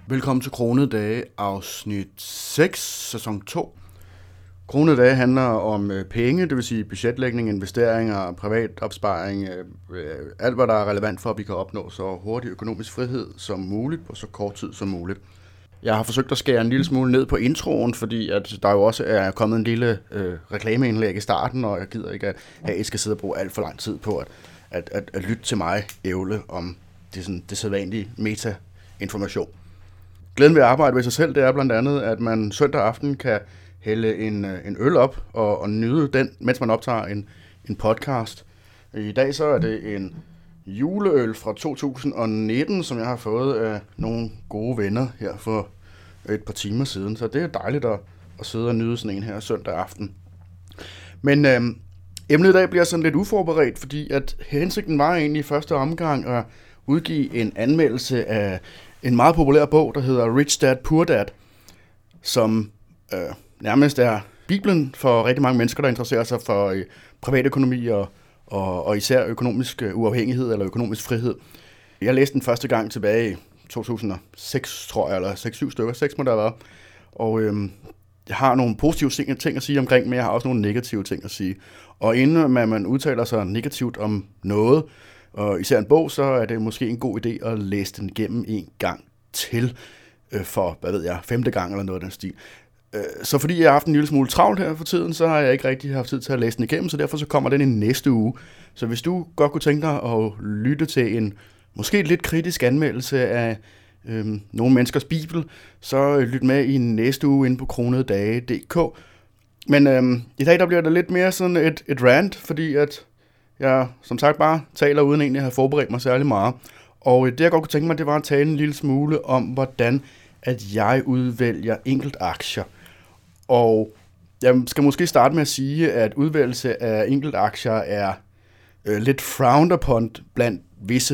Velkommen til Kronede Dage, afsnit 6, sæson 2. Kronede Dage handler om penge, det vil sige budgetlægning, investeringer, privat opsparing, alt hvad der er relevant for, at vi kan opnå så hurtig økonomisk frihed som muligt på så kort tid som muligt. Jeg har forsøgt at skære en lille smule ned på introen, fordi at der jo også er kommet en lille reklameindlæg i starten, og jeg gider ikke, at I skal sidde og bruge alt for lang tid på at lytte til mig ævle om det sædvanlige meta-information. Glæden ved at arbejde ved sig selv, det er blandt andet, at man søndag aften kan hælde en øl op og nyde den, mens man optager en podcast. I dag så er det en juleøl fra 2019, som jeg har fået af nogle gode venner her for et par timer siden. Så det er dejligt at sidde og nyde sådan en her søndag aften. Men emnet i dag bliver sådan lidt uforberedt, fordi at hensigten var egentlig i første omgang at udgive en anmeldelse af en meget populær bog, der hedder Rich Dad, Poor Dad, som nærmest er Bibelen for rigtig mange mennesker, der interesserer sig for privatøkonomi og især økonomisk uafhængighed eller økonomisk frihed. Jeg læste den første gang tilbage i 2006, tror jeg, eller 6-7 stykker, 6 må der være. Og jeg har nogle positive ting at sige omkring, men jeg har også nogle negative ting at sige. Og inden man udtaler sig negativt om noget, og især en bog, så er det måske en god idé at læse den igennem en gang til, for, 5. gang eller noget af den stil. Så fordi jeg har haft en lille smule travlt her for tiden, så har jeg ikke rigtig haft tid til at læse den igennem, så derfor så kommer den i næste uge. Så hvis du godt kunne tænke dig at lytte til en måske lidt kritisk anmeldelse af nogle menneskers bibel, så lyt med i næste uge inde på kronededage.dk. Men i dag der bliver det lidt mere sådan et rant, fordi at jeg som sagt bare taler uden egentlig at have forberedt mig særlig meget. Og det jeg godt kunne tænke mig, det var at tale en lille smule om, hvordan at jeg udvælger enkelt aktier. Og jeg skal måske starte med at sige, at udvælgelse af enkelt aktier er lidt frowned upon blandt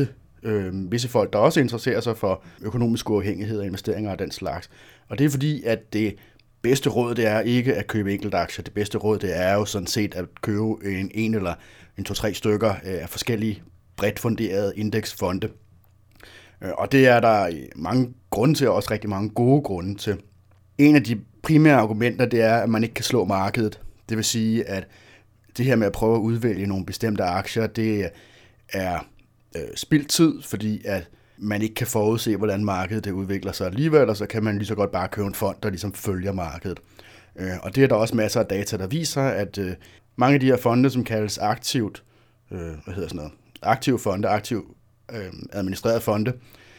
visse folk, der også interesserer sig for økonomisk uafhængighed og investeringer af den slags. Og det er fordi, at det bedste råd, det er ikke at købe enkelt aktier. Det bedste råd, det er jo sådan set at købe en eller 2-3 stykker af forskellige bredt funderede indeksfonde. Og det er der mange grunde til, og også rigtig mange gode grunde til. En af de primære argumenter, det er, at man ikke kan slå markedet. Det vil sige, at det her med at prøve at udvælge nogle bestemte aktier, det er spildt tid, fordi at man ikke kan forudse, hvordan markedet det udvikler sig alligevel, og så kan man lige så godt bare købe en fond, der ligesom følger markedet. Og det er der også masser af data, der viser, at mange af de her fonde, som kaldes aktive fonde, administrerede fonde,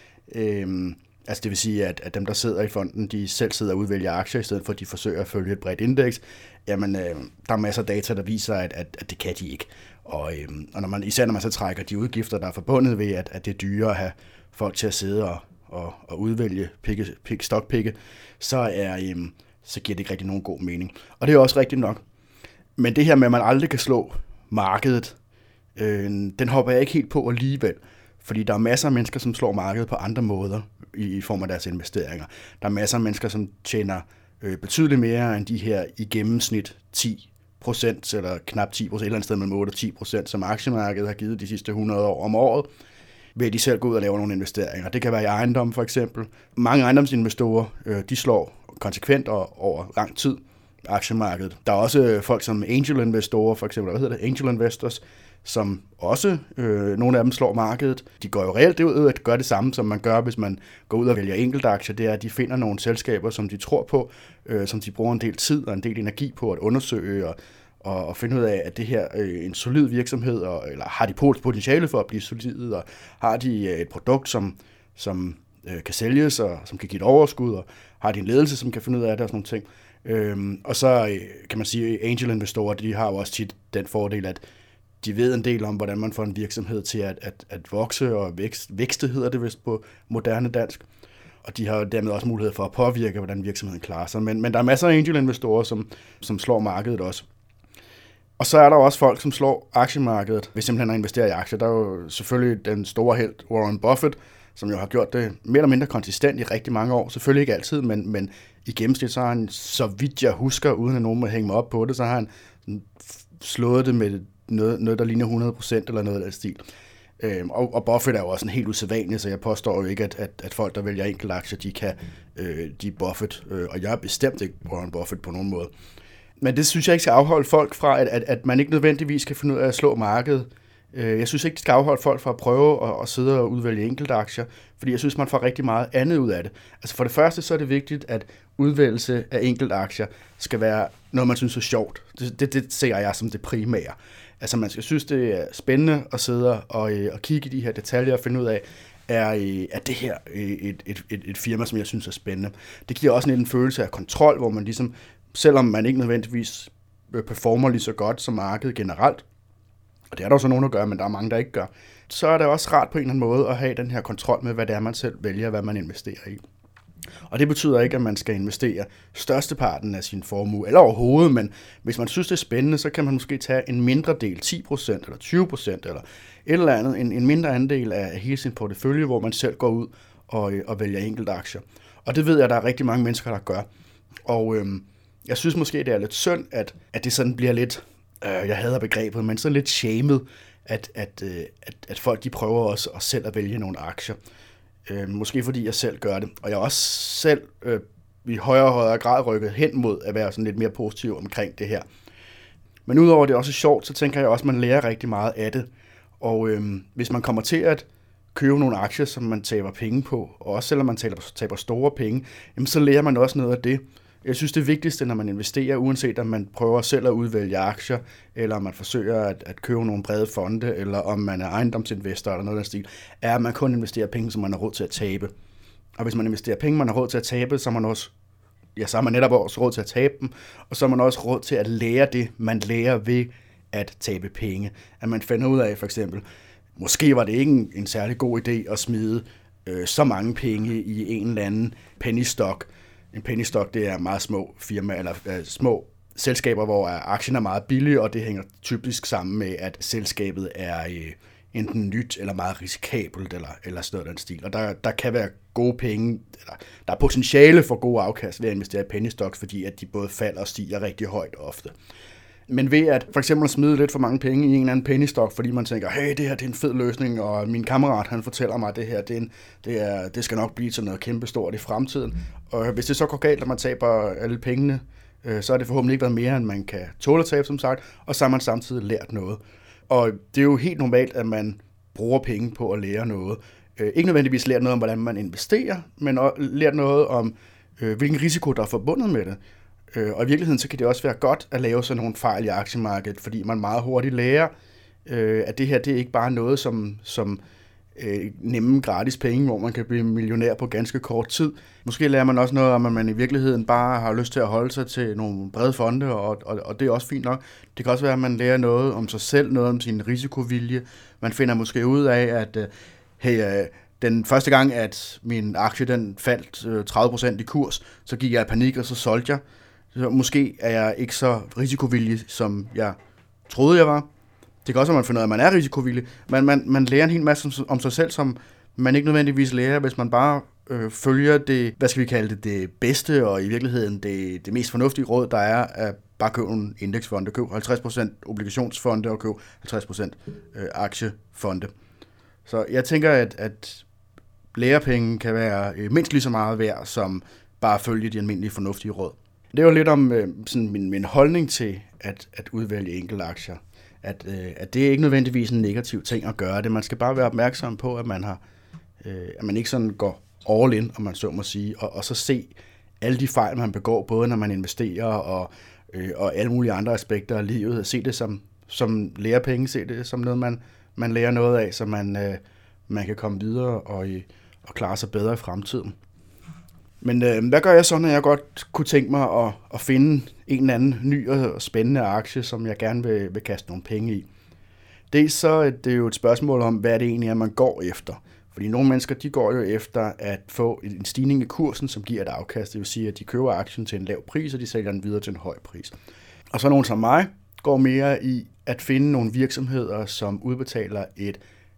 altså det vil sige, at dem, der sidder i fonden, de selv sidder og udvælger aktier, i stedet for at de forsøger at følge et bredt indeks, jamen der er masser af data, der viser, at det kan de ikke. Og når man så trækker de udgifter, der er forbundet ved, at det er dyrere at have folk til at sidde og udvælge stokpikke, så giver det ikke rigtig nogen god mening. Og det er også rigtigt nok. Men det her med, at man aldrig kan slå markedet, den hopper jeg ikke helt på alligevel. Fordi der er masser af mennesker, som slår markedet på andre måder i form af deres investeringer. Der er masser af mennesker, som tjener betydeligt mere end de her i gennemsnit 10% eller knap 10%, et eller andet sted mellem 8 og 10%, som aktiemarkedet har givet de sidste 100 år om året, ved at de selv går ud og laver nogle investeringer. Det kan være i ejendom for eksempel. Mange ejendomsinvestorer, de slår konsekvent og over lang tid aktiemarkedet. Der er også folk som angel-investorer, for eksempel, angel investors, som også, nogle af dem slår markedet. De går jo reelt ud at gøre det samme, som man gør, hvis man går ud og vælger enkeltaktier. Det er, at de finder nogle selskaber, som de tror på, som de bruger en del tid og en del energi på at undersøge og finde ud af, at det her en solid virksomhed, eller har de potentiale for at blive solide, og har de et produkt, som kan sælges, og som kan give et overskud, og har de en ledelse, som kan finde ud af det og sådan nogle ting. Og så kan man sige, at angel-investorer, de har jo også tit den fordel, at de ved en del om, hvordan man får en virksomhed til at vokse og vækste, hedder det vist på moderne dansk. Og de har dermed også mulighed for at påvirke, hvordan virksomheden klarer sig. Men der er masser af angel-investorer, som slår markedet også. Og så er der også folk, som slår aktiemarkedet ved simpelthen at investere i aktier. Der er jo selvfølgelig den store helt Warren Buffett, som jo har gjort det mere eller mindre konsistent i rigtig mange år. Selvfølgelig ikke altid, men i gennemsnit så har han, så vidt jeg husker, uden at nogen må hænge mig op på det, så har han slået det med noget der ligner 100% eller noget af den stil. Og Buffett er jo også en helt usædvanlig, så jeg påstår jo ikke, at folk, der vælger enkeltaktier, de er Buffett, og jeg er bestemt ikke Warren Buffett på nogen måde. Men det synes jeg ikke skal afholde folk fra, at man ikke nødvendigvis kan finde ud af at slå markedet. Jeg synes ikke, det skal afholde folk fra at prøve at sidde og udvælge enkeltaktier, fordi jeg synes, man får rigtig meget andet ud af det. Altså for det første, så er det vigtigt, at udvælgelse af enkeltaktier skal være noget, man synes er sjovt. Det ser jeg som det primære. Altså man skal synes, det er spændende at sidde og kigge i de her detaljer og finde ud af, er det her et firma, som jeg synes er spændende. Det giver også en følelse af kontrol, hvor man ligesom, selvom man ikke nødvendigvis performer lige så godt som markedet generelt, og det er der også nogen, der gør, men der er mange, der ikke gør, så er det også rart på en eller anden måde at have den her kontrol med, hvad det er, man selv vælger, hvad man investerer i. Og det betyder ikke, at man skal investere størsteparten af sin formue, eller overhovedet, men hvis man synes, det er spændende, så kan man måske tage en mindre del, 10% eller 20%, eller et eller andet, en mindre andel af hele sin portefølje, hvor man selv går ud og vælger enkelte aktier. Og det ved jeg, at der er rigtig mange mennesker, der gør. Og jeg synes måske, det er lidt synd, at det sådan bliver lidt, jeg hader begrebet, men sådan lidt shamed, at folk de prøver også at selv at vælge nogle aktier. Måske fordi jeg selv gør det, og jeg er også selv i højere og højere grad rykket hen mod at være sådan lidt mere positiv omkring det her. Men udover det også er sjovt, så tænker jeg også, at man lærer rigtig meget af det. Og hvis man kommer til at købe nogle aktier, som man taber penge på, og også selvom man taber store penge, jamen, så lærer man også noget af det. Jeg synes, det vigtigste, når man investerer, uanset om man prøver selv at udvælge aktier, eller om man forsøger at købe nogle brede fonde, eller om man er ejendomsinvestor eller noget af den stil, er, at man kun investerer penge, som man har råd til at tabe. Og hvis man investerer penge, man har råd til at tabe, så har man netop også råd til at tabe dem, og så har man også råd til at lære det, man lærer ved at tabe penge. At man finder ud af, for eksempel, måske var det ikke en særlig god idé at smide så mange penge i en eller anden penny stock. En penny stock, det er meget små firmaer, eller små selskaber, hvor aktien er meget billig, og det hænger typisk sammen med, at selskabet er enten nyt eller meget risikabelt, eller sådan noget den stil. Og der kan være gode penge, eller der er potentiale for gode afkast ved at investere i penny stocks, fordi at de både falder og stiger rigtig højt ofte. Men ved at for eksempel smide lidt for mange penge i en eller anden penny stock, fordi man tænker, hey, det her det er en fed løsning, og min kammerat han fortæller mig, at det her det skal nok blive til noget kæmpestort i fremtiden. Og hvis det så går galt, at man taber alle pengene, så er det forhåbentlig ikke været mere, end man kan tåle at tabe, som sagt, og så har man samtidig lært noget. Og det er jo helt normalt, at man bruger penge på at lære noget. Ikke nødvendigvis lært noget om, hvordan man investerer, men lært noget om, hvilken risiko der er forbundet med det. Og i virkeligheden så kan det også være godt at lave sådan nogle fejl i aktiemarkedet, fordi man meget hurtigt lærer, at det her det er ikke bare noget som nemme gratis penge, hvor man kan blive millionær på ganske kort tid. Måske lærer man også noget om, at man i virkeligheden bare har lyst til at holde sig til nogle brede fonde, og det er også fint nok. Det kan også være, at man lærer noget om sig selv, noget om sin risikovilje. Man finder måske ud af, at den første gang, at min aktie den faldt 30% i kurs, så gik jeg i panik, og så solgte jeg. Så måske er jeg ikke så risikovillig, som jeg troede, jeg var. Det kan også være, at man finder ud af, at man er risikovillig, men man lærer en hel masse om sig selv, som man ikke nødvendigvis lærer, hvis man bare følger det, hvad skal vi kalde det bedste, og i virkeligheden det mest fornuftige råd, der er at bare købe en indeksfonde, købe 50% obligationsfonde og købe 50% aktiefonde. Så jeg tænker, at lærepenge kan være mindst lige så meget værd, som bare at følge de almindelige fornuftige råd. Det var lidt om sådan min holdning til at udvælge enkelte aktier. At det er ikke nødvendigvis en negativ ting at gøre det. Man skal bare være opmærksom på, at man ikke sådan går all in, om man så må sige, og så se alle de fejl, man begår, både når man investerer og alle mulige andre aspekter af livet. Se det som lærepenge, se det som noget, man lærer noget af, så man kan komme videre og klare sig bedre i fremtiden. Men hvad gør jeg så, når jeg godt kunne tænke mig at finde en eller anden ny og spændende aktie, som jeg gerne vil kaste nogle penge i? Det er jo et spørgsmål om, hvad det egentlig er, man går efter. Fordi nogle mennesker, de går jo efter at få en stigning i kursen, som giver et afkast. Det vil sige, at de køber aktien til en lav pris, og de sælger den videre til en høj pris. Og så nogen som mig går mere i at finde nogle virksomheder, som udbetaler et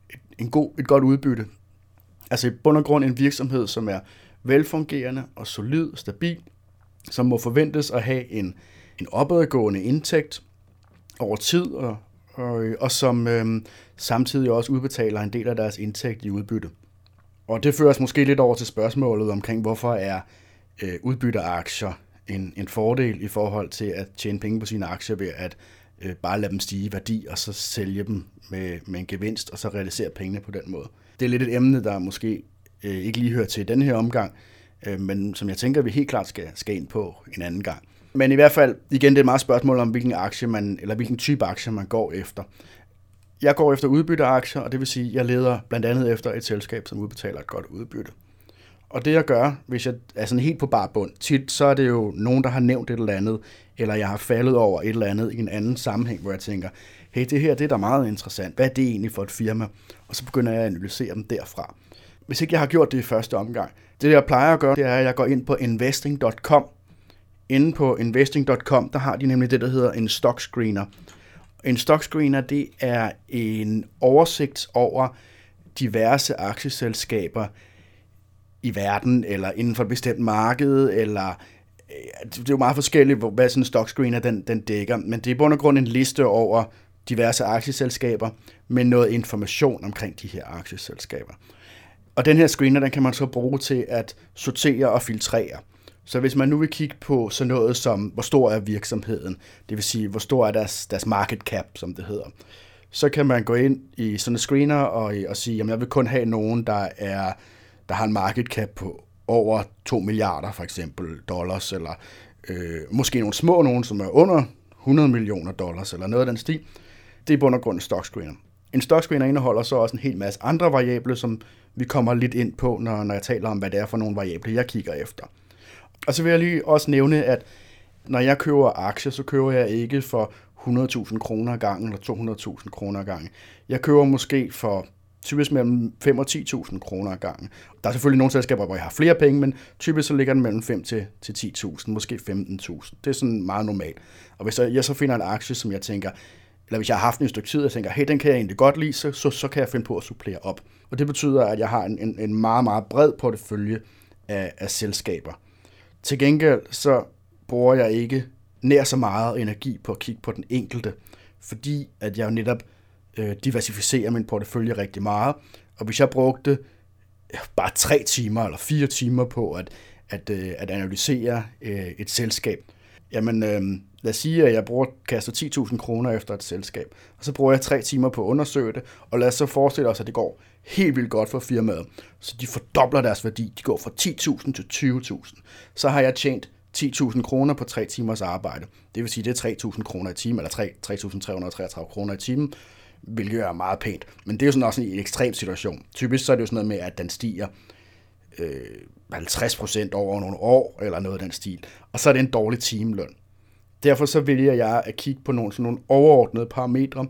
godt udbytte. Altså i bund og grund en virksomhed, som er velfungerende og solid og stabil, som må forventes at have en opadgående indtægt over tid, og og som samtidig også udbetaler en del af deres indtægt i udbytte. Og det fører os måske lidt over til spørgsmålet omkring, hvorfor er udbytteaktier en fordel i forhold til at tjene penge på sine aktier ved at bare lade dem stige i værdi, og så sælge dem med en gevinst, og så realisere pengene på den måde. Det er lidt et emne, der måske ikke lige hører til den her omgang, men som jeg tænker, vi helt klart skal ind på en anden gang. Men i hvert fald, igen, det er et meget spørgsmål om, hvilken type aktie man går efter. Jeg går efter udbytteaktier, og det vil sige, at jeg leder blandt andet efter et selskab, som udbetaler et godt udbytte. Og det jeg gør, hvis jeg er sådan helt på bar bund, tit så er det jo nogen, der har nævnt et eller andet, eller jeg har faldet over et eller andet i en anden sammenhæng, hvor jeg tænker, hey, det her det er da meget interessant. Hvad er det egentlig for et firma? Og så begynder jeg at analysere dem derfra. Hvis ikke jeg har gjort det i første omgang. Det jeg plejer at gøre, det er, at jeg går ind på investing.com. Inde på investing.com, der har de nemlig det, der hedder en stock screener. En stock screener, det er en oversigt over diverse aktieselskaber i verden, eller inden for et bestemt marked, eller det er jo meget forskelligt, hvad sådan en stock screener den dækker, men det er i bund og grund en liste over diverse aktieselskaber med noget information omkring de her aktieselskaber. Og den her screener, den kan man så bruge til at sortere og filtrere. Så hvis man nu vil kigge på sådan noget som, hvor stor er virksomheden, det vil sige, hvor stor er deres market cap, som det hedder, så kan man gå ind i sådan en screener og sige, jamen jeg vil kun have nogen, der har en market cap på over 2 milliarder for eksempel dollars, eller måske nogle små nogen, som er under 100 millioner dollars, eller noget af den stil. Det er i bund og grund en stock screener. En stock screener indeholder så også en hel masse andre variable, som vi kommer lidt ind på, når jeg taler om, hvad det er for nogle variable, jeg kigger efter. Og så vil jeg lige også nævne, at når jeg køber aktier, så køber jeg ikke for 100.000 kroner ad gangen, eller 200.000 kroner ad gangen. Jeg køber måske for typisk mellem 5 og 10.000 kroner ad gangen. Der er selvfølgelig nogle selskaber, hvor jeg har flere penge, men typisk så ligger den mellem 5 til 10.000, måske 15.000. Det er sådan meget normalt. Og hvis jeg så finder en aktie, som jeg tænker, eller hvis jeg har haft en stykke tid, og jeg tænker, hey, den kan jeg egentlig godt lide, så kan jeg finde på at supplere op. Og det betyder, at jeg har en meget, meget bred portefølje af selskaber. Til gengæld så bruger jeg ikke nær så meget energi på at kigge på den enkelte, fordi at jeg jo netop diversificerer min portefølje rigtig meget. Og hvis jeg brugte bare 3 timer eller 4 timer på at analysere et selskab, jamen lad os sige, at jeg kaster 10.000 kroner efter et selskab, og så bruger jeg 3 timer på at undersøge det, og lad os så forestille os, at det går helt vildt godt for firmaet, så de fordobler deres værdi, de går fra 10.000 til 20.000, så har jeg tjent 10.000 kroner på 3 timers arbejde. Det vil sige, det er 3.000 kroner i timen, eller 3.333 kroner i timen, hvilket er meget pænt. Men det er jo sådan også en ekstrem situation. Typisk så er det jo sådan noget med, at den stiger 50% over nogle år, eller noget af den stil, og så er det en dårlig timeløn. Derfor så vælger jeg at kigge på sådan nogle overordnede parametre,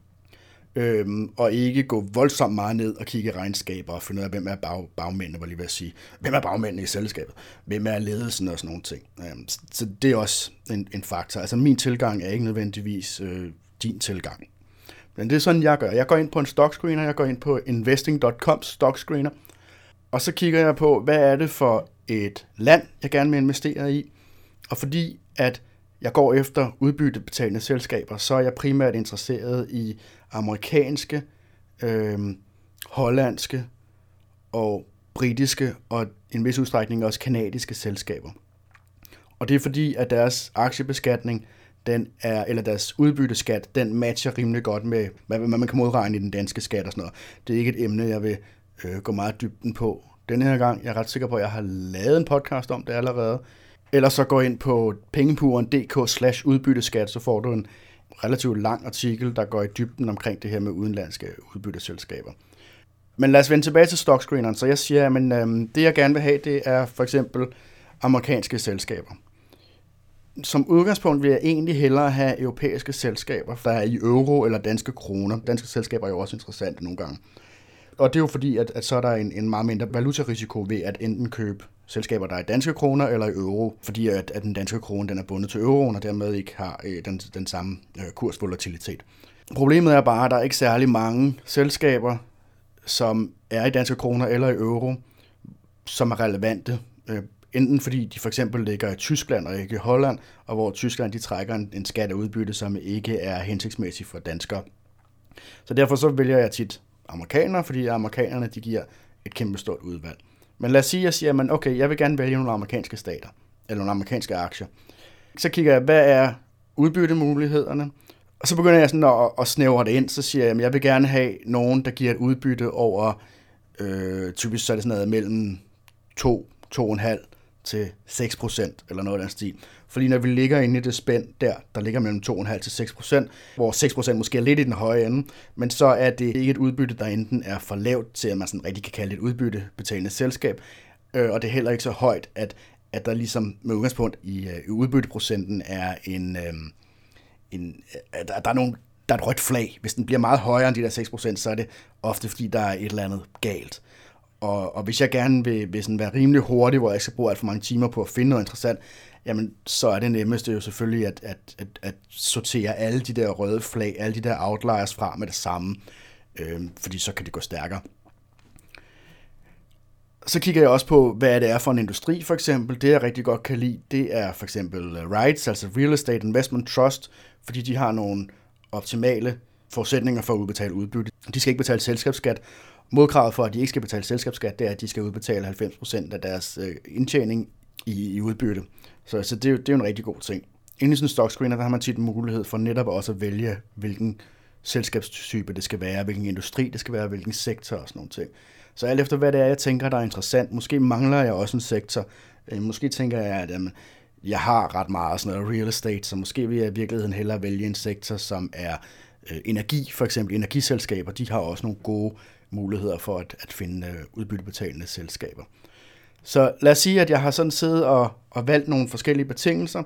og ikke gå voldsomt meget ned og kigge i regnskaber og finde ud af, hvem er bagmændene, vil jeg sige. Hvem er bagmændene i selskabet? Hvem er ledelsen og sådan nogle ting? Så det er også en faktor. Altså min tilgang er ikke nødvendigvis din tilgang. Men det er sådan, jeg gør. Jeg går ind på en stock screener, jeg går ind på investing.com stock screener, og så kigger jeg på, hvad er det for et land, jeg gerne vil investere i. Og fordi at jeg går efter udbyttebetalende selskaber, så er jeg primært interesseret i amerikanske, hollandske og britiske og i en vis udstrækning også kanadiske selskaber. Og det er fordi, at deres aktiebeskatning, eller deres udbytteskat, den matcher rimelig godt med, hvad man kan modregne i den danske skat og sådan noget. Det er ikke et emne, jeg vil gå meget dybden på denne her gang. Jeg er ret sikker på, at jeg har lavet en podcast om det allerede. Ellers så gå ind på pengepuren.dk/udbytteskat, så får du en relativt lang artikel, der går i dybden omkring det her med udenlandske udbytteselskaber. Men lad os vende tilbage til stockscreeneren. Så jeg siger, at det jeg gerne vil have, det er for eksempel amerikanske selskaber. Som udgangspunkt vil jeg egentlig hellere have europæiske selskaber, der er i euro eller danske kroner. Danske selskaber er jo også interessante nogle gange. Og det er jo fordi, at så er der en meget mindre valutarisiko ved at enten købe selskaber, der er i danske kroner eller i euro, fordi at den danske krone den er bundet til euroen, og dermed ikke har den samme kursvolatilitet. Problemet er bare, at der er ikke særlig mange selskaber, som er i danske kroner eller i euro, som er relevante enten fordi de for eksempel ligger i Tyskland og ikke i Holland, og hvor Tyskland de trækker en skat af udbytte, som ikke er hensigtsmæssig for danskere. Så derfor så vælger jeg tit amerikanere, fordi amerikanerne de giver et kæmpe stort udvalg. Men lad os sige, at jeg siger, at okay, jeg vil gerne vælge nogle amerikanske stater, eller nogle amerikanske aktier. Så kigger jeg, hvad er udbyttemulighederne? Og så begynder jeg sådan at snævre det ind, så siger jeg, at jeg vil gerne have nogen, der giver et udbytte over, typisk så er det sådan noget mellem 2,5 til 6%, eller noget af den stil. Fordi når vi ligger inde i det spænd der ligger mellem 2,5 til 6%, hvor 6% måske er lidt i den høje ende, men så er det ikke et udbytte, der enten er for lavt til, at man sådan rigtig kan kalde det et udbyttebetalende selskab, og det er heller ikke så højt, at der ligesom med udgangspunkt i udbytteprocenten er der er et rødt flag. Hvis den bliver meget højere end de der 6%, så er det ofte fordi, der er et eller andet galt. Og hvis jeg gerne vil sådan være rimelig hurtig, hvor jeg ikke skal bruge alt for mange timer på at finde noget interessant, jamen så er det nemmeste jo selvfølgelig at sortere alle de der røde flag, alle de der outliers fra med det samme, fordi så kan det gå stærkere. Så kigger jeg også på, hvad det er for en industri, for eksempel. Det, jeg rigtig godt kan lide, det er for eksempel REITs, altså Real Estate Investment Trust, fordi de har nogle optimale forudsætninger for at udbetale udbytte. De skal ikke betale selskabsskat. Modkravet for, at de ikke skal betale selskabsskat, det er, at de skal udbetale 90% af deres indtjening i udbytte. Så det er jo en rigtig god ting. Inden i sådan en stockscreener, der har man tit mulighed for netop også at vælge, hvilken selskabstype det skal være, hvilken industri det skal være, hvilken sektor og sådan nogle ting. Så alt efter, hvad det er, jeg tænker, der er interessant. Måske mangler jeg også en sektor. Måske tænker jeg, at jeg har ret meget sådan noget real estate, så måske vil jeg i virkeligheden hellere vælge en sektor, som er energi. For eksempel energiselskaber, de har også nogle gode muligheder for at finde udbyttebetalende selskaber. Så lad os sige, at jeg har sådan siddet og valgt nogle forskellige betingelser,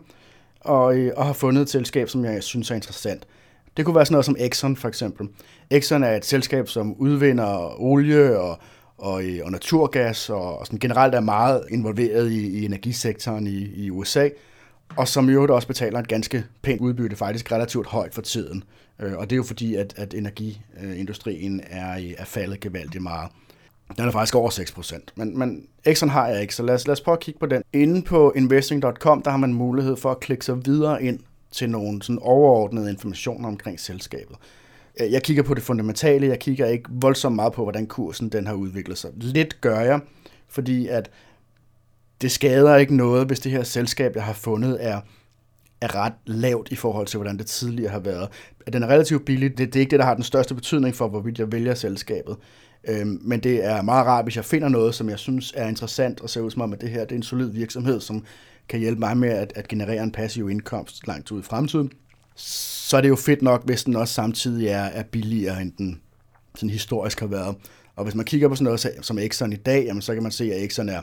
og har fundet et selskab, som jeg synes er interessant. Det kunne være sådan noget som Exxon for eksempel. Exxon er et selskab, som udvinder olie og naturgas, og sådan generelt er meget involveret i energisektoren i USA, og som i øvrigt også betaler et ganske pænt udbytte, faktisk relativt højt for tiden. Og det er jo fordi, at energiindustrien er faldet gevaldigt meget. Den er faktisk over 6%, men Exxon har jeg ikke, så lad os prøve at kigge på den. Inde på investing.com, der har man mulighed for at klikke sig videre ind til nogle sådan overordnede informationer omkring selskabet. Jeg kigger på det fundamentale, jeg kigger ikke voldsomt meget på, hvordan kursen den har udviklet sig. Lidt gør jeg, fordi at det skader ikke noget, hvis det her selskab, jeg har fundet, er ret lavt i forhold til, hvordan det tidligere har været. Den er relativt billig, det er ikke det, der har den største betydning for, hvorvidt jeg vælger selskabet. Men det er meget rart, hvis jeg finder noget, som jeg synes er interessant, og ser ud som om, at det her det er en solid virksomhed, som kan hjælpe mig med at generere en passiv indkomst langt ud i fremtiden. Så er det jo fedt nok, hvis den også samtidig er billigere, end den sådan historisk har været. Og hvis man kigger på sådan noget som Exxon i dag, jamen, så kan man se, at Exxon er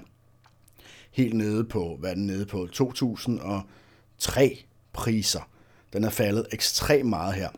helt nede på, hvad er den nede på, 2003 priser. Den er faldet ekstremt meget her.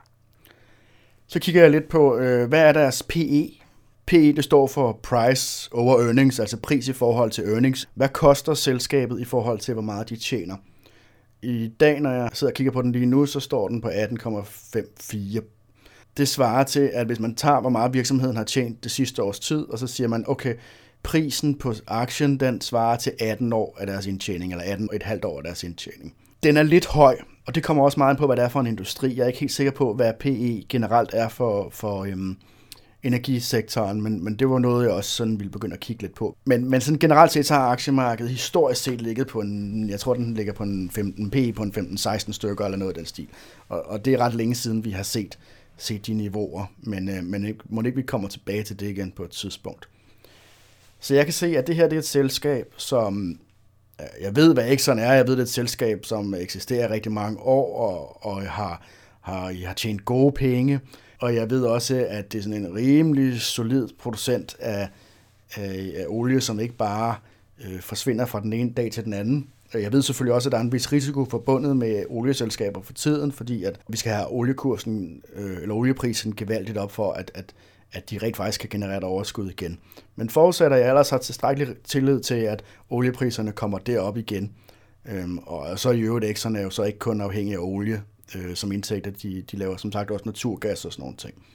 Så kigger jeg lidt på, hvad er deres PE? PE, det står for Price over Earnings, altså pris i forhold til earnings. Hvad koster selskabet i forhold til, hvor meget de tjener? I dag, når jeg sidder og kigger på den lige nu, så står den på 18,54. Det svarer til, at hvis man tager, hvor meget virksomheden har tjent det sidste års tid, og så siger man, okay, prisen på aktien, den svarer til 18 år af deres indtjening, eller 18,5 år af deres indtjening. Den er lidt høj, og det kommer også meget på, hvad det er for en industri. Jeg er ikke helt sikker på, hvad PE generelt er for energisektoren, men det var noget, jeg også sådan ville begynde at kigge lidt på. Men sådan generelt set, så har aktiemarkedet historisk set ligget på jeg tror, den ligger på en 15 PE på en 15-16 stykker, eller noget af den stil. Og det er ret længe siden, vi har set de niveauer, men må ikke vi kommer tilbage til det igen på et tidspunkt. Så jeg kan se, at det her det er et selskab, som jeg ved, hvad Exxon er. Jeg ved, det er et selskab, som eksisterer rigtig mange år, og har tjent gode penge. Og jeg ved også, at det er sådan en rimelig solid producent af olie, som ikke bare forsvinder fra den ene dag til den anden. Jeg ved selvfølgelig også, at der er en vis risiko forbundet med olieselskaber for tiden, fordi at vi skal have oliekursen eller olieprisen gevaldigt op for, at de rent faktisk kan generere et overskud igen. Men forudsætter jeg ellers har tilstrækkelig tillid til, at oliepriserne kommer derop igen. Og så i øvrigt Exxon er jo så ikke kun afhængig af olie som indtægter. De laver som sagt også naturgas og sådan nogle ting.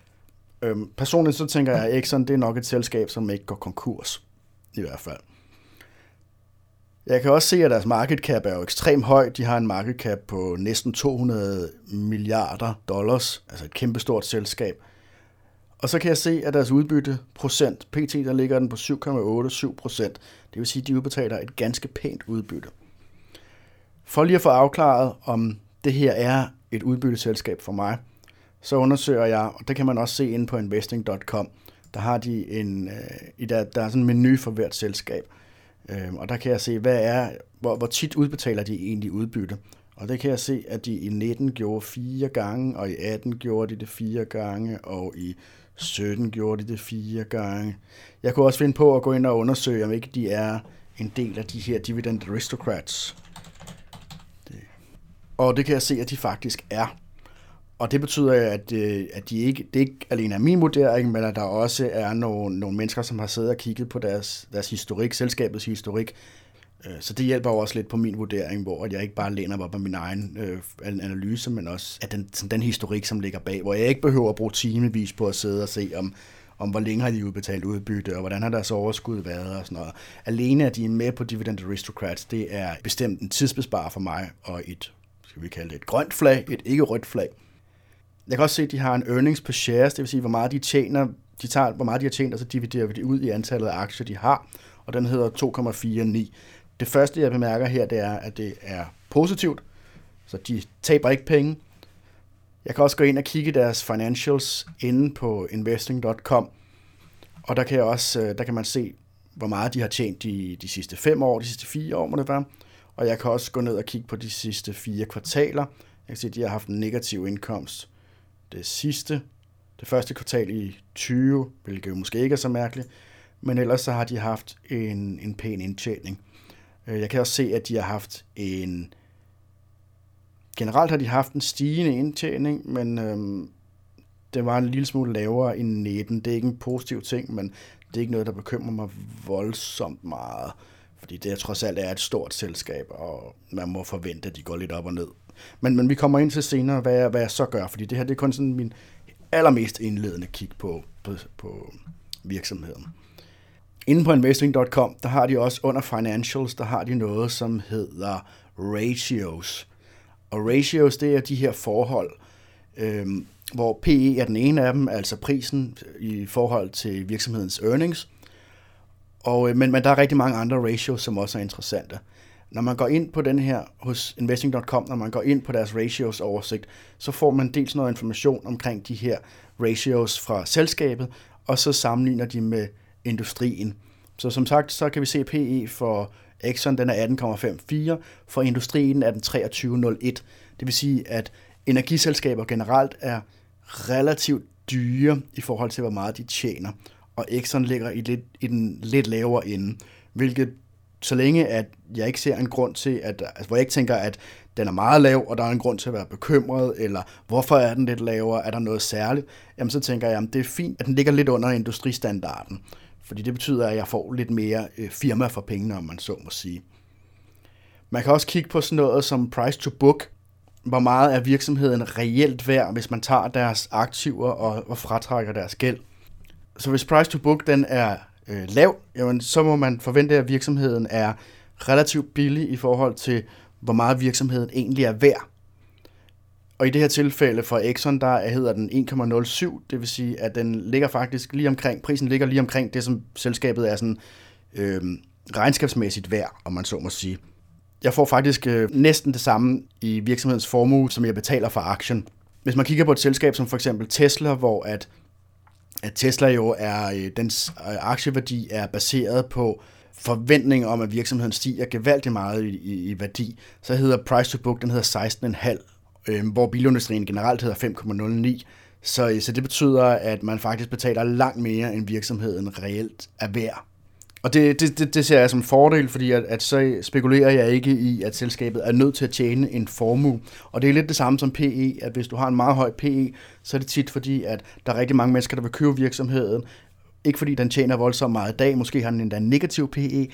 Personligt så tænker jeg, at Exxon det er nok et selskab, som ikke går konkurs. I hvert fald. Jeg kan også se, at deres market cap er jo ekstremt høj. De har en market cap på næsten $200 milliarder, altså et kæmpestort selskab. Og så kan jeg se, at deres udbytte procent, pt. der ligger den på 7,87%. Det vil sige, at de udbetaler et ganske pænt udbytte. For lige at få afklaret, om det her er et udbytteselskab for mig, så undersøger jeg, og det kan man også se inde på investing.com, der har de der er sådan en menu for hvert selskab. Og der kan jeg se, hvor tit udbetaler de egentlig udbytte. Og det kan jeg se, at de i 19 gjorde 4 gange, og i 18 gjorde de det 4 gange, og i 17 gjorde de det 4 gange. Jeg kunne også finde på at gå ind og undersøge, om ikke de er en del af de her dividend aristocrats. Og det kan jeg se, at de faktisk er. Og det betyder, at det ikke alene er min vurdering, men at der også er nogle mennesker, som har siddet og kigget på deres historik, selskabets historik. Så det hjælper også lidt på min vurdering, hvor jeg ikke bare læner mig op af min egen analyse, men også at den historik, som ligger bag, hvor jeg ikke behøver at bruge timevis på at sidde og se, om hvor længe har de udbetalt udbytte, og hvordan har deres overskud været og sådan noget. Alene at de er med på Dividend Aristocrats, det er bestemt en tidsbesparer for mig, og skal vi kalde det et grønt flag, et ikke rødt flag. Jeg kan også se, at de har en earnings per shares, det vil sige, hvor meget de tjener. De tager, hvor meget de har tjent, og så dividerer vi det ud i antallet af aktier, de har, og den hedder 2,49. Det første, jeg bemærker her, det er, at det er positivt, så de taber ikke penge. Jeg kan også gå ind og kigge deres financials inde på investing.com, og der kan man se, hvor meget de har tjent de sidste 5 år, de sidste 4 år må det være. Og jeg kan også gå ned og kigge på de sidste 4 kvartaler. Jeg kan se, at de har haft en negativ indkomst det første kvartal i 20, hvilket jo måske ikke er så mærkeligt, men ellers så har de haft en pæn indtjening. Jeg kan også se, at de har haft generelt har de haft en stigende indtjening, men det var en lille smule lavere end 19. Det er ikke en positiv ting, men det er ikke noget, der bekymrer mig voldsomt meget, fordi det trods alt er et stort selskab, og man må forvente, at de går lidt op og ned. Men vi kommer ind til senere, hvad jeg så gør, fordi det her det er kun sådan min allermest indledende kig på virksomheden. Inde på investing.com, der har de også under financials, der har de noget, som hedder ratios. Og ratios, det er de her forhold, hvor PE er den ene af dem, altså prisen i forhold til virksomhedens earnings. Men der er rigtig mange andre ratios, som også er interessante. Når man går ind på den her hos investing.com, når man går ind på deres ratios oversigt, så får man dels noget information omkring de her ratios fra selskabet, og så sammenligner de med industrien. Så som sagt, så kan vi se PE for Exxon, den er 18,54, for industrien er den 23,01. Det vil sige, at energiselskaber generelt er relativt dyre i forhold til, hvor meget de tjener. Og Exxon ligger i den lidt lavere ende, hvilket så længe, at jeg ikke ser en grund til, hvor jeg ikke tænker, at den er meget lav, og der er en grund til at være bekymret, eller hvorfor er den lidt lavere, er der noget særligt, jamen så tænker jeg, at det er fint, at den ligger lidt under industristandarden, fordi det betyder, at jeg får lidt mere firma for pengene, om man så må sige. Man kan også kigge på sådan noget som price to book, hvor meget er virksomheden reelt værd, hvis man tager deres aktiver og fratrækker deres gæld. Så hvis price to book den er lav, jamen, så må man forvente, at virksomheden er relativt billig i forhold til, hvor meget virksomheden egentlig er værd. Og i det her tilfælde for Exxon, der hedder den 1,07, det vil sige, at den ligger faktisk lige omkring, prisen ligger lige omkring det, som selskabet er sådan regnskabsmæssigt værd, om man så må sige. Jeg får faktisk næsten det samme i virksomhedens formue, som jeg betaler for aktien. Hvis man kigger på et selskab som for eksempel Tesla, hvor at Tesla jo er, dens aktieværdi er baseret på forventning om, at virksomheden stiger gevaldigt meget i værdi, så hedder price to book, den hedder 16,5, hvor bilindustrien generelt hedder 5,09. Så det betyder, at man faktisk betaler langt mere, end virksomheden reelt er værd. Og det ser jeg som en fordel, fordi at så spekulerer jeg ikke i, at selskabet er nødt til at tjene en formue. Og det er lidt det samme som PE, at hvis du har en meget høj PE, så er det tit fordi, at der er rigtig mange mennesker, der vil købe virksomheden. Ikke fordi den tjener voldsomt meget i dag, måske har den endda en negativ PE,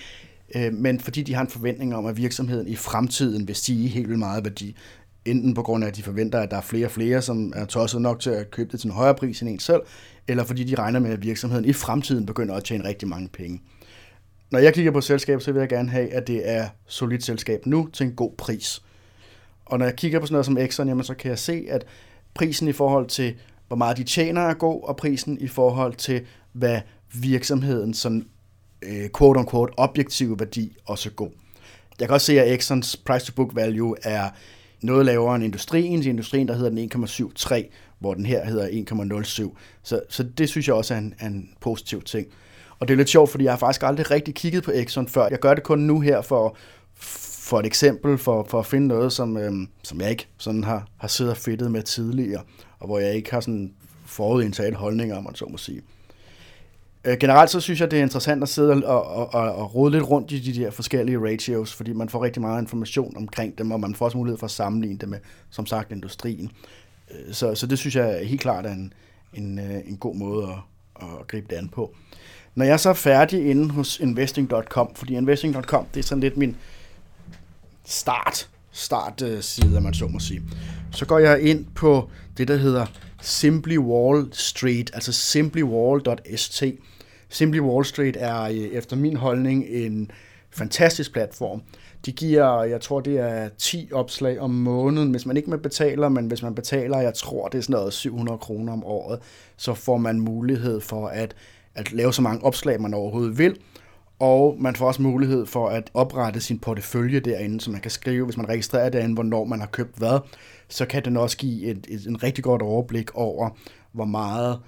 men fordi de har en forventning om, at virksomheden i fremtiden vil stige helt vildt meget værdi. Enten på grund af, at de forventer, at der er flere og flere, som er tosset nok til at købe det til en højere pris end en selv, eller fordi de regner med, at virksomheden i fremtiden begynder at tjene rigtig mange penge. Når jeg kigger på selskab, så vil jeg gerne have, at det er solidt selskab nu til en god pris. Og når jeg kigger på sådan noget som Exxon, jamen, så kan jeg se, at prisen i forhold til, hvor meget de tjener er god, og prisen i forhold til, hvad virksomheden sådan quote-unquote objektive værdi også er god. Jeg kan også se, at Exxons price-to-book value er noget lavere end industrien. I industrien der hedder den 1,73, hvor den her hedder 1,07. Så det synes jeg også er en positiv ting. Og det er lidt sjovt, fordi jeg har faktisk aldrig rigtig kigget på Exxon før. Jeg gør det kun nu her for et eksempel, for at finde noget, som jeg ikke sådan har siddet og fedtet med tidligere, og hvor jeg ikke har sådan forudindtaget holdninger, om man så må sige. Generelt så synes jeg, det er interessant at sidde og rode lidt rundt i de der forskellige ratios, fordi man får rigtig meget information omkring dem, og man får også mulighed for at sammenligne det med, som sagt, industrien. Så det synes jeg helt klart er en god måde at gribe det an på. Når jeg så er færdig inde hos investing.com, fordi investing.com, det er sådan lidt min startside, man så må sige, så går jeg ind på det, der hedder Simply Wall Street, altså simplywall.st. Simply Wall Street er efter min holdning en fantastisk platform. De giver, jeg tror det er 10 opslag om måneden, hvis man ikke betaler, men hvis man betaler, jeg tror det er sådan noget 700 kroner om året, så får man mulighed for at lave så mange opslag, man overhovedet vil, og man får også mulighed for at oprette sin portefølje derinde, så man kan skrive, hvis man registrerer derinde, hvornår man har købt hvad, så kan den også give en rigtig godt overblik over, hvor meget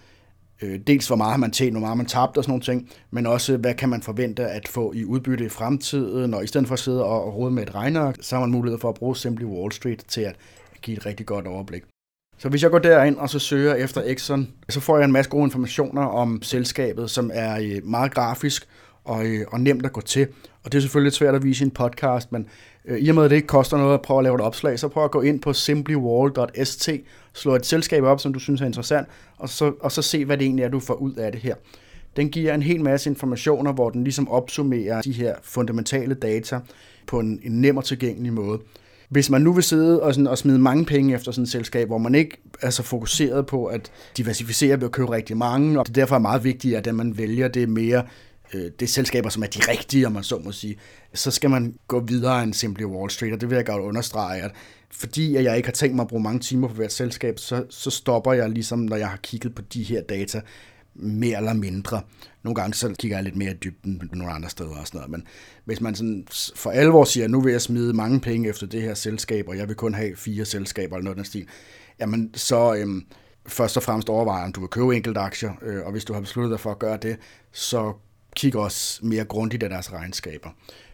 har man tjent, hvor meget har man tabt og sådan nogle ting, men også, hvad kan man forvente at få i udbytte i fremtiden, og i stedet for at sidde og rode med et regneark, så har man mulighed for at bruge Simply Wall Street til at give et rigtig godt overblik. Så hvis jeg går derind og så søger efter Exxon, så får jeg en masse gode informationer om selskabet, som er meget grafisk og nemt at gå til. Og det er selvfølgelig lidt svært at vise i en podcast, men i og med, at det ikke koster noget at prøve at lave et opslag, så prøv at gå ind på simplywall.st, slå et selskab op, som du synes er interessant, og så se, hvad det egentlig er, du får ud af det her. Den giver en hel masse informationer, hvor den ligesom opsummerer de her fundamentale data på en nem og tilgængelig måde. Hvis man nu vil sidde og smide mange penge efter sådan et selskab, hvor man ikke er så fokuseret på at diversificere ved at købe rigtig mange, og det derfor er meget vigtigt, at det man vælger, det er mere det er selskaber, som er de rigtige, om man så må sige, så skal man gå videre end Simply Wall Street, og det vil jeg godt understrege, at fordi jeg ikke har tænkt mig at bruge mange timer på hvert selskab, så stopper jeg ligesom, når jeg har kigget på de her data, mere eller mindre. Nogle gange så kigger jeg lidt mere i dybden på nogle andre steder og sådan noget, men hvis man sådan for alvor siger, nu vil jeg smide mange penge efter det her selskab, og jeg vil kun have 4 selskaber eller noget af den stil, jamen så først og fremmest overvejer, om du vil købe enkelte aktier, og hvis du har besluttet dig for at gøre det, så kig også mere grundigt af deres regnskaber.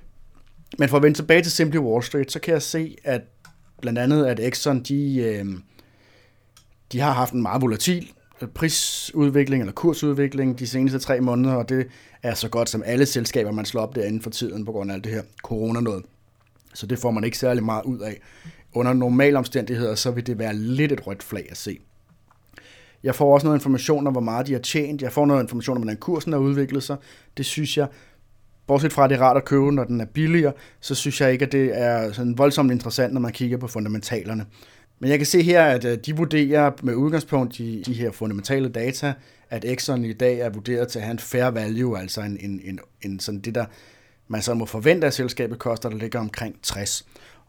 Men for at vende tilbage til Simply Wall Street, så kan jeg se, at blandt andet, at Exxon, de har haft en meget volatil prisudvikling eller kursudvikling de seneste 3 måneder, og det er så godt som alle selskaber, man slår op derinde for tiden på grund af alt det her corona-noget. Så det får man ikke særlig meget ud af. Under normale omstændigheder, så vil det være lidt et rødt flag at se. Jeg får også noget information om, hvor meget de har tjent. Jeg får noget information om, hvordan kursen har udviklet sig. Det synes jeg, bortset fra at det er rart at købe, når den er billigere, så synes jeg ikke, at det er sådan voldsomt interessant, når man kigger på fundamentalerne. Men jeg kan se her, at de vurderer med udgangspunkt i de her fundamentale data, at Exxon i dag er vurderet til at have en fair value, altså en sådan det, der man så må forvente, at selskabet koster, der ligger omkring $60.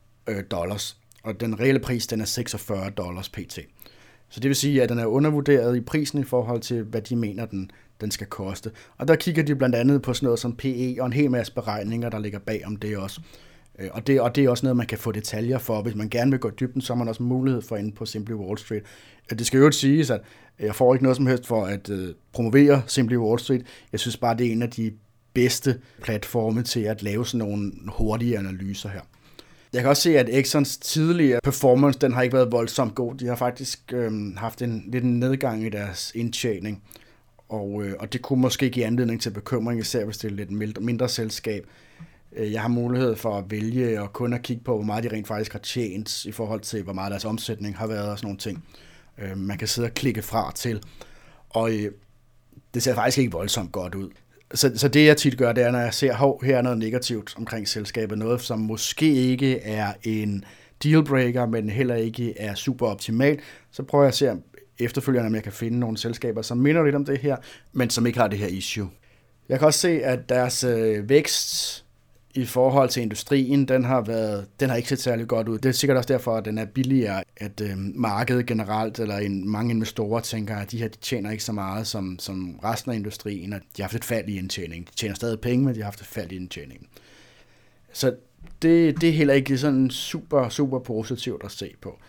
Og den reelle pris, den er $46 pt. Så det vil sige, at den er undervurderet i prisen i forhold til, hvad de mener, den skal koste. Og der kigger de blandt andet på sådan noget som PE og en hel masse beregninger, der ligger bag om det også. Og det er også noget, man kan få detaljer for. Hvis man gerne vil gå i dybden, så har man også mulighed for inde på Simply Wall Street. Det skal jo siges, at jeg får ikke noget som helst for at promovere Simply Wall Street. Jeg synes bare, det er en af de bedste platforme til at lave sådan nogle hurtige analyser her. Jeg kan også se, at Exxons tidligere performance, den har ikke været voldsomt god. De har faktisk haft lidt en nedgang i deres indtjening, og det kunne måske give anledning til bekymring, især hvis det er et lidt mindre selskab. Jeg har mulighed for at vælge og kun at kigge på, hvor meget de rent faktisk har tjent i forhold til, hvor meget deres omsætning har været og sådan nogle ting. Man kan sidde og klikke fra til, og det ser faktisk ikke voldsomt godt ud. Så det jeg tit gør, det er, når jeg ser, her er noget negativt omkring selskabet, noget som måske ikke er en dealbreaker, men heller ikke er super optimalt, så prøver jeg at se efterfølgende, om jeg kan finde nogle selskaber, som minder lidt om det her, men som ikke har det her issue. Jeg kan også se, at deres vækst i forhold til industrien, den har ikke set særlig godt ud. Det er sikkert også derfor, at den er billigere, at markedet generelt, eller mange investorer tænker, at de tjener ikke så meget som resten af industrien, og de har haft et fald i indtjening. De tjener stadig penge, men de har haft et fald i indtjeningen. Så det er heller ikke sådan super, super positivt at se på.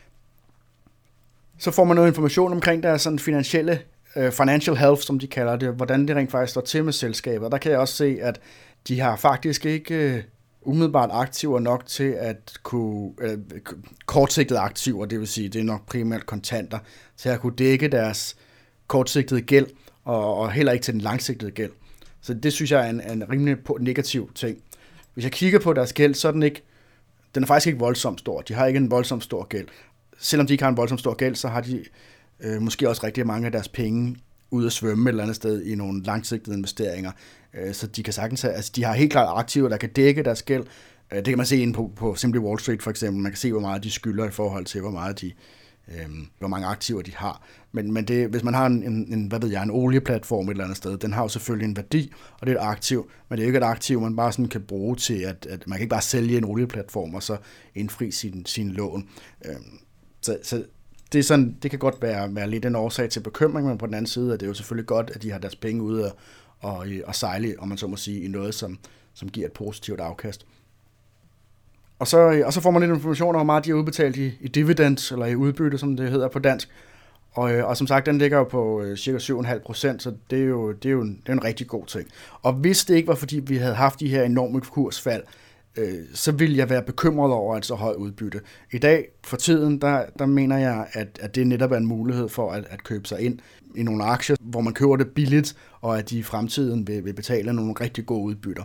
Så får man noget information omkring deres sådan financial health, som de kalder det, hvordan det rent faktisk står til med selskaber. Der kan jeg også se, at de har faktisk ikke umiddelbart aktiver nok til at kunne, kortsigtede aktiver, det vil sige, det er nok primært kontanter, til at kunne dække deres kortsigtede gæld, og heller ikke til den langsigtede gæld. Så det synes jeg er en rimelig negativ ting. Hvis jeg kigger på deres gæld, så er den er faktisk ikke voldsomt stor. De har ikke en voldsomt stor gæld. Selvom de ikke har en voldsomt stor gæld, så har de måske også rigtig mange af deres penge ude at svømme et eller andet sted i nogle langsigtede investeringer. Så de kan sagtens have, altså de har helt klart aktiver, der kan dække deres gæld. Det kan man se inde på Simply Wall Street for eksempel. Man kan se, hvor meget de skylder i forhold til, hvor mange aktiver de har. Men det, hvis man har en olieplatform et eller andet sted, den har jo selvfølgelig en værdi, og det er et aktiv, men det er ikke et aktiv, man bare sådan kan bruge til, at man kan ikke bare sælge en olieplatform og så indfri sin lån. Så det er sådan, det kan godt være lidt en årsag til bekymring, men på den anden side er det jo selvfølgelig godt, at de har deres penge ude og sejle, om man så må sige, i noget, som giver et positivt afkast. Og så får man lidt information om, hvor meget de har udbetalt i dividends, eller i udbytte, som det hedder på dansk. Og som sagt, den ligger jo på cirka 7,5%, så det er jo en rigtig god ting. Og hvis det ikke var, fordi vi havde haft de her enorme kursfald, så ville jeg være bekymret over et så højt udbytte. I dag, for tiden, der mener jeg, at det netop er en mulighed for at købe sig ind i nogle aktier, hvor man køber det billigt, og at de i fremtiden vil betale nogle rigtig gode udbytter.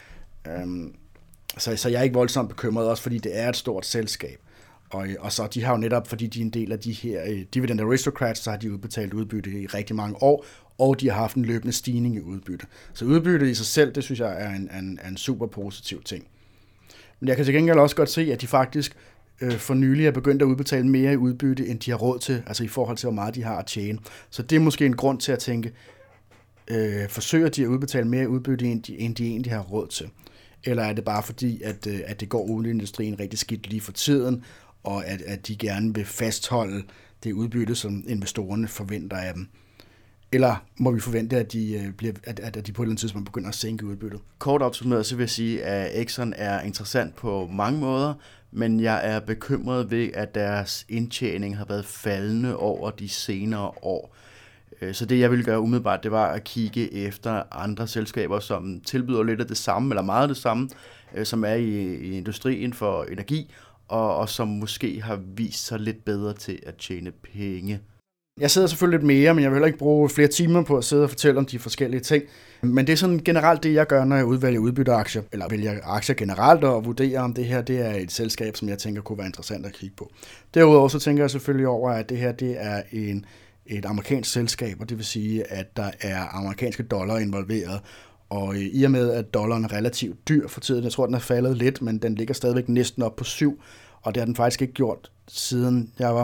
Så jeg er ikke voldsomt bekymret, også fordi det er et stort selskab. Og så de har jo netop, fordi de er en del af de her dividend aristocrats, så har de udbetalt udbytte i rigtig mange år, og de har haft en løbende stigning i udbytte. Så udbytte i sig selv, det synes jeg er en super positiv ting. Men jeg kan til gengæld også godt se, at de faktisk for nylig er begyndt at udbetale mere i udbytte, end de har råd til, altså i forhold til, hvor meget de har at tjene. Så det er måske en grund til at tænke, forsøger de at udbetale mere i udbytte, end de egentlig har råd til? Eller er det bare fordi, at det går uden industrien rigtig skidt lige for tiden, og at de gerne vil fastholde det udbytte, som investorerne forventer af dem? Eller må vi forvente, at de på et eller andet tidspunkt begynder at sænke udbyttet? Kort opsummeret, så vil jeg sige, at Exxon er interessant på mange måder, men jeg er bekymret ved, at deres indtjening har været faldende over de senere år. Så det, jeg ville gøre umiddelbart, det var at kigge efter andre selskaber, som tilbyder lidt af det samme, eller meget af det samme, som er i industrien for energi, og som måske har vist sig lidt bedre til at tjene penge. Jeg sidder selvfølgelig lidt mere, men jeg vil heller ikke bruge flere timer på at sidde og fortælle om de forskellige ting. Men det er sådan generelt det, jeg gør, når jeg udvælger udbytteaktier, eller vælger aktier generelt, og vurderer, om det her det er et selskab, som jeg tænker kunne være interessant at kigge på. Derudover så tænker jeg selvfølgelig over, at det her det er et amerikansk selskab, og det vil sige, at der er amerikanske dollar involveret. Og i og med, at dollaren er relativt dyr for tiden, jeg tror, den er faldet lidt, men den ligger stadigvæk næsten op på 7, og det har den faktisk ikke gjort, siden jeg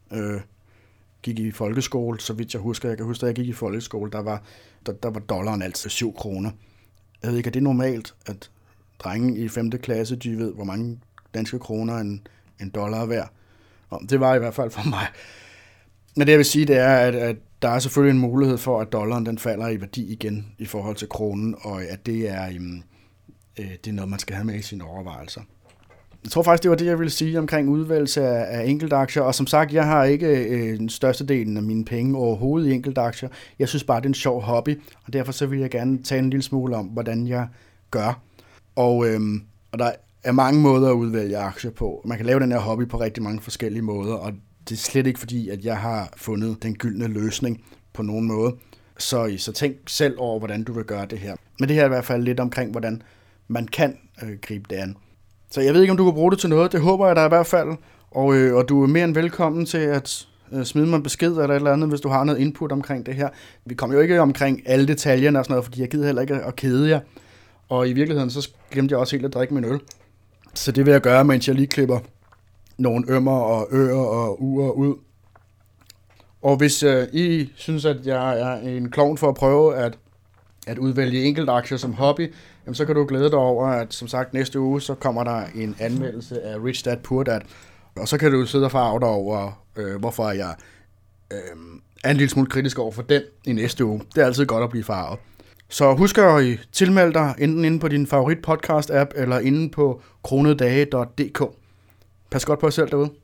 gik i folkeskole, så vidt jeg husker. Jeg kan huske, at jeg gik i folkeskole, der var dollaren altså 7 kroner. Jeg ved ikke, er det normalt, at drengen i 5. klasse, de ved, hvor mange danske kroner en dollar er værd? Det var i hvert fald for mig. Men det jeg vil sige, det er, at der er selvfølgelig en mulighed for, at dollaren den falder i værdi igen i forhold til kronen, og at det er noget, man skal have med i sine overvejelser. Jeg tror faktisk, det var det, jeg ville sige omkring udvælgelse af enkeltaktier, og som sagt, jeg har ikke den største del af mine penge overhovedet i enkeltaktier. Jeg synes bare, det er en sjov hobby, og derfor så vil jeg gerne tale en lille smule om, hvordan jeg gør. Og der er mange måder at udvælge aktier på. Man kan lave den her hobby på rigtig mange forskellige måder, og det er slet ikke fordi, at jeg har fundet den gyldne løsning på nogen måde. Så tænk selv over, hvordan du vil gøre det her. Men det her er i hvert fald lidt omkring, hvordan man kan gribe det an. Så jeg ved ikke, om du kan bruge det til noget. Det håber jeg da i hvert fald. Og du er mere end velkommen til at smide mig en besked eller et eller andet, hvis du har noget input omkring det her. Vi kommer jo ikke omkring alle detaljerne og sådan noget, fordi jeg gider heller ikke at kede jer. Og i virkeligheden, så glemte jeg også helt at drikke min øl. Så det vil jeg gøre, mens jeg lige klipper nogle ømmer og ører og uger ud. Og hvis I synes, at jeg er en klovn for at prøve at udvælge enkelte aktier som hobby, jamen, så kan du glæde dig over, at som sagt næste uge, så kommer der en anmeldelse af Rich Dad Poor Dad, og så kan du sidde og farve dig over, hvorfor jeg er en lille smule kritisk over for den i næste uge. Det er altid godt at blive farvet. Så husk at tilmelde dig enten inde på din favorit podcast app eller inde på kronedage.dk. Pas godt på jer selv derude.